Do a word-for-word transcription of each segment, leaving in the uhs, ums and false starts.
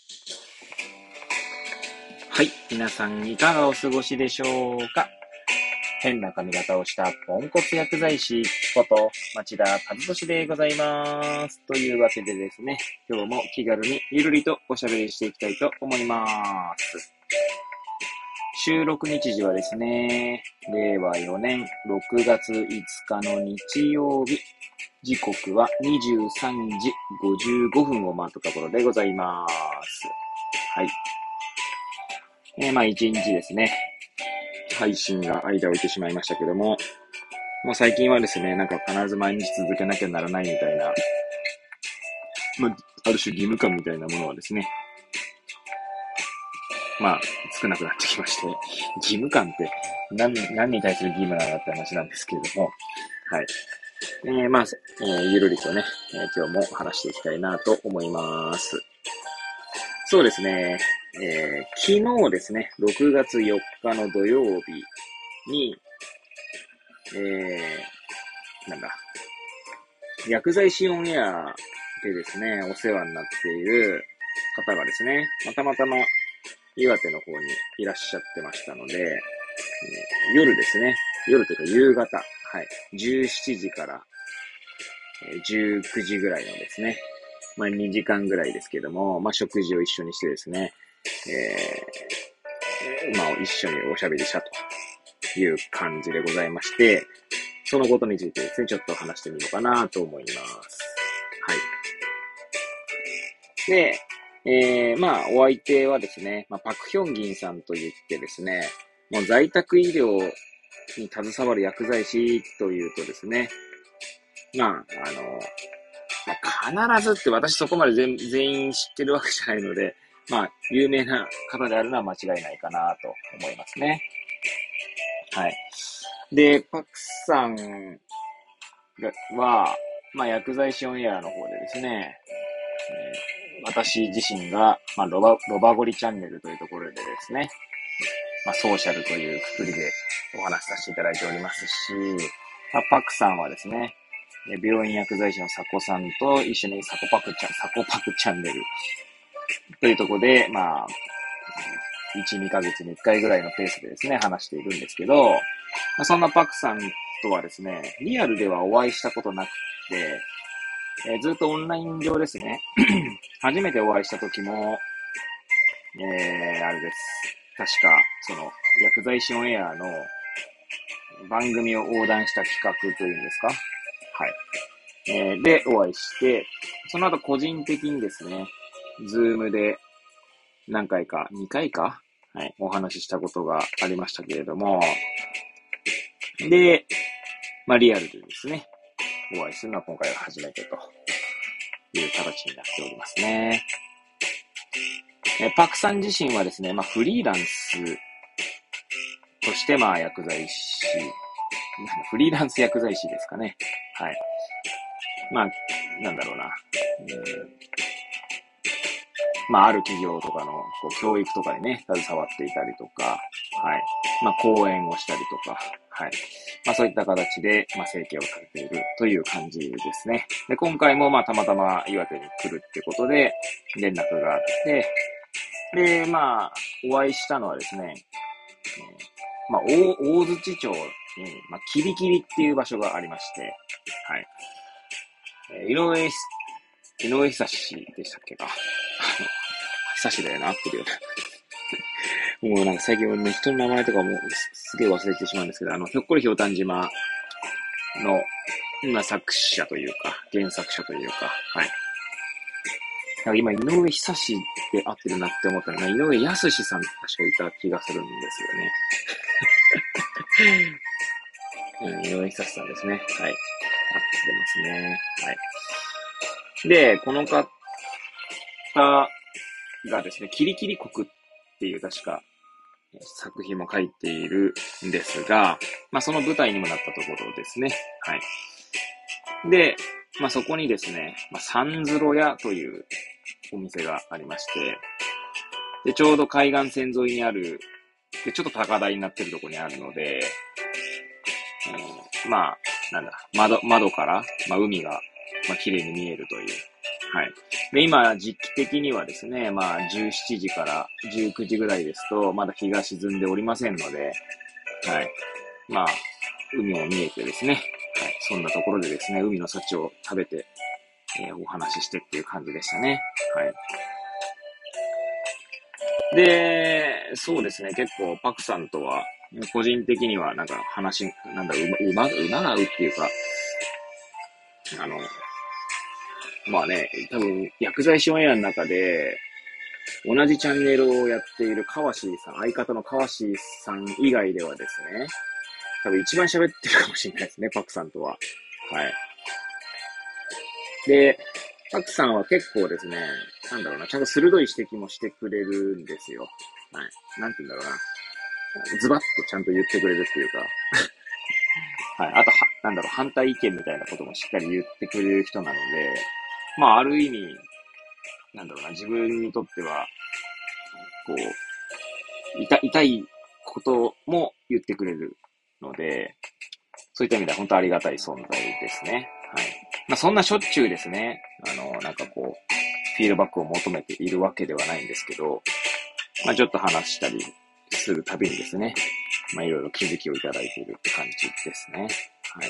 はい。皆さんいかがお過ごしでしょうか。変な髪型をしたポンコツ薬剤師こと町田和俊でございます。というわけでですね、今日も気軽にゆるりとおしゃべりしていきたいと思います。収録日時はですね、れいわよねんろくがついつかの日曜日、時刻はにじゅうさんじごじゅうごふんを回ったところでございます。はい。えー、まあ一日ですね、配信が間を置いてしまいましたけども、もう最近はですね、なんか必ず毎日続けなきゃならないみたいな、まあ、ある種義務感みたいなものはですね、まあ、少なくなってきまして、義務感って何、何に対する義務なのって話なんですけれども、はい。えー、まあ、えー、ゆるりとね、えー、今日も話していきたいなと思います。そうですね、えー、昨日ですね、ろくがつよっかの土曜日に、えー、なんだ、薬剤師オンエアでですね、お世話になっている方がですね、まあ、たまたま岩手の方にいらっしゃってましたので、えー、夜ですね、夜というか夕方、はい、じゅうしちじからじゅうくじぐらいのですね、まあにじかんぐらいですけども、まあ食事を一緒にしてですね、えー、まあ一緒におしゃべりしたという感じでございまして、そのことについてですね、ちょっと話してみようかなと思います。はい。で、えー、まあ、お相手はですね、まあ、パクヒョンギンさんと言ってですね、もう在宅医療に携わる薬剤師というとですね、まあ、あの、まあ、必ずって私そこまで全全員知ってるわけじゃないので、まあ、有名な方であるのは間違いないかなと思いますね。はい。で、パクさんは、まあ、薬剤師オンエアの方でですね、えー、私自身が、まあ、ロバ、ロバゴリチャンネルというところでですね、まあ、ソーシャルというくくりでお話しさせていただいておりますし、まあ、パクさんはですね、病院薬剤師のサコさんと一緒にサコパクチャン、サコパクチャンネルというところで、まあ、いち、にかげつにいっかいぐらいのペースでですね、話しているんですけど、まあ、そんなパクさんとはですね、リアルではお会いしたことなくて、えー、ずっとオンライン上ですね。初めてお会いした時も、えー、あれです。確か、その、薬剤師オンエアの番組を横断した企画というんですか。はい。えー、で、お会いして、その後個人的にですね、ズームで何回か、にかいかはい、お話ししたことがありましたけれども、で、まあ、リアルでですね、お会いするのは今回が初めてという形になっておりますね。えパクさん自身はですね、まあ、フリーランスとして、まあ、薬剤師、フリーランス薬剤師ですかね。はい。まあ、なんだろうな。うんまあ、ある企業とかのこう教育とかにね、携わっていたりとか、はい。まあ、講演をしたりとか、はい。まあ、そういった形で、まあ、生計を立てているという感じですね。で、今回も、まあ、たまたま岩手に来るってことで、連絡があって、で、まあ、お会いしたのはですね、えー、まあ、大、大槌町に、まあ、キビキビっていう場所がありまして、はい。えー、井上、井上久志でしたっけか。久しだよな、合ってるよね。もうなんか最近俺ね、人の名前とかもすすげえ忘れてしまうんですけど、あの、ひょっこりひょうたん島の、今作者というか、原作者というか、はい。なんか今、井上久志で合ってるなって思ったのが、井上康さん確かいた気がするんですよね。うん、井上久志さんですね。はい。合ってますね。はい。で、この方がですね、キリキリ国っていう確か作品も書いているんですが、まあその舞台にもなったところですね。はい。で、まあそこにですね、まあ、サンズロ屋というお店がありまして、で、ちょうど海岸線沿いにある、で、ちょっと高台になってるところにあるので、うん、まあ、なんだ、窓、窓から、まあ海が、まあ綺麗に見えるという、 はい。で、今、時期的にはですね、まあ、じゅうしちじからじゅうくじぐらいですと、まだ日が沈んでおりませんので、はい。まあ、海も見えてですね、はい。そんなところでですね、海の幸を食べて、えーお話ししてっていう感じでしたね。はい。で、そうですね、結構パクさんとは、個人的にはなんか話、なんだろう、うま、うま、うまが合うっていうか、あの、まあね、多分、薬剤師オンエアの中で、同じチャンネルをやっている川椎さん、相方の川椎さん以外ではですね、多分一番喋ってるかもしれないですね、パクさんとは。はい。で、パクさんは結構ですね、なんだろうな、ちゃんと鋭い指摘もしてくれるんですよ。はい。なんて言うんだろうな。ズバッとちゃんと言ってくれるっていうか、はい。あとは、なんだろう、反対意見みたいなこともしっかり言ってくれる人なので、まあ、ある意味、なんだろうな、自分にとっては、こう、痛痛いことも言ってくれるので、そういった意味では本当ありがたい存在ですね。はい。まあ、そんなしょっちゅうですね、あの、なんかこう、フィードバックを求めているわけではないんですけど、まあ、ちょっと話したりするたびにですね、まあ、いろいろ気づきをいただいているって感じですね。はい。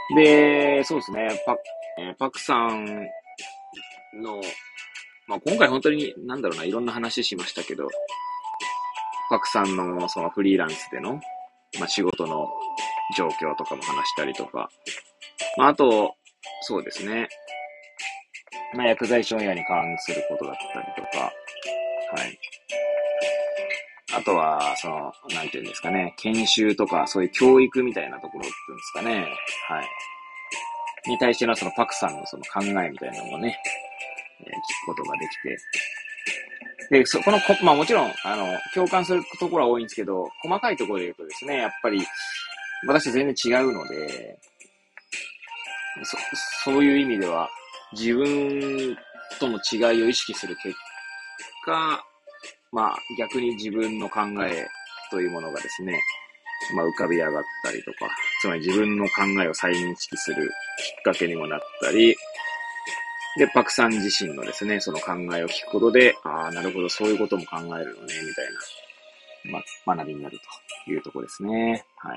で、そうですね、パ、えーパクさんの、まあ、今回本当に、なんだろうな、いろんな話しましたけど、パクさんのそのフリーランスでの、まあ、仕事の状況とかも話したりとか、まあ、あと、そうですね、まあ、薬剤師オンエアに関することだったりとか、はい。あとは、その、なんていうんですかね、研修とか、そういう教育みたいなところっていうんですかね、はい。に対してのそのパクさんのその考えみたいなのもね、えー聞くことができて、で、そこのこ、まあもちろん、あの、共感するところは多いんですけど、細かいところで言うとですね、やっぱり、私全然違うので、そ、そういう意味では、自分との違いを意識する結果、まあ逆に自分の考えというものがですね、まあ浮かび上がったりとか、つまり自分の考えを再認識するきっかけにもなったり、で、パクさん自身のですね、その考えを聞くことで、ああ、なるほど、そういうことも考えるのね、みたいな、まあ、学びになるというところですね。はい。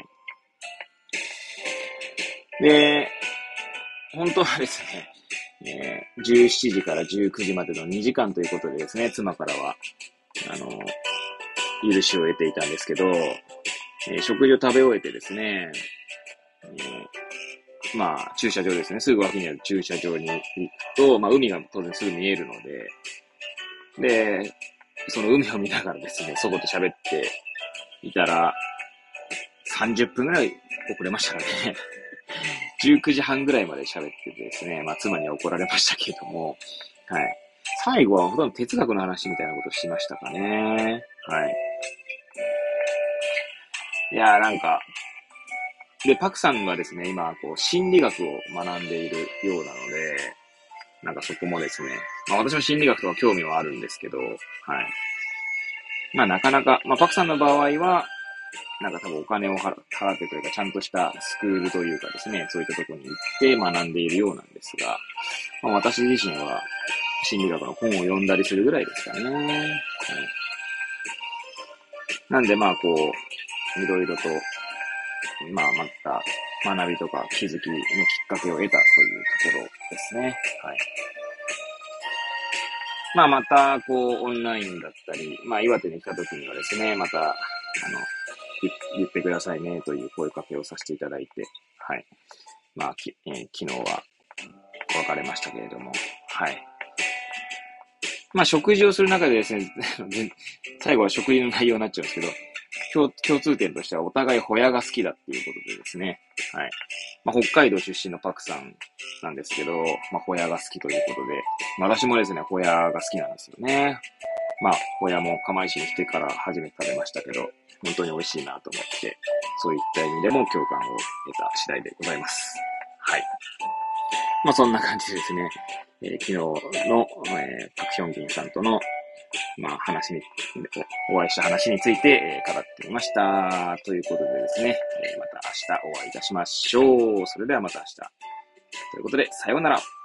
で、本当はですね、えー、じゅうしちじからじゅうくじまでのにじかんということでですね、妻からは、あの、許しを得ていたんですけど、えー食事を食べ終えてですね、えーまあ、駐車場ですね、すぐ脇にある駐車場に行くと、まあ、海が当然すぐ見えるので、で、その海を見ながらですね、そこと喋っていたら、さんじゅっぷんぐらい遅れましたかね。じゅうくじはんぐらいまで喋っててですね、まあ妻には怒られましたけれども、はい。最後はほとんど哲学の話みたいなことをしましたかね。はい。いやーなんか、で、パクさんがですね、今、こう、心理学を学んでいるようなので、なんかそこもですね、まあ私も心理学とか興味はあるんですけど、はい。まあなかなか、まあパクさんの場合は、なんか多分お金を払ってというか、ちゃんとしたスクールというかですね、そういったところに行って学んでいるようなんですが、まあ、私自身は心理学の本を読んだりするぐらいですかね。はい、なんでまあこう、いろいろと、まあまた学びとか気づきのきっかけを得たというところですね。はい。まあまたこうオンラインだったり、まあ岩手に来た時にはですね、また、あの、言ってくださいねという声かけをさせていただいて、はい。まあ、きえー昨日は別れましたけれども、はい。まあ、食事をする中でですね、最後は食事の内容になっちゃうんですけど、共共通点としてはお互いホヤが好きだっていうことでですね、はい。まあ、北海道出身のパクさんなんですけど、まあ、ホヤが好きということで、まあ、私もですね、ホヤが好きなんですよね。まあ、ホヤも釜石に来てから初めて食べましたけど、本当に美味しいなと思って、そういった意味でも共感を得た次第でございます。はい。まあそんな感じでですね、えー昨日の、えーパクヒョンギンさんとの、まあ話に、おお会いした話について、えー語ってみました。ということでですね、えーまた明日お会いいたしましょう。それではまた明日。ということで、さようなら。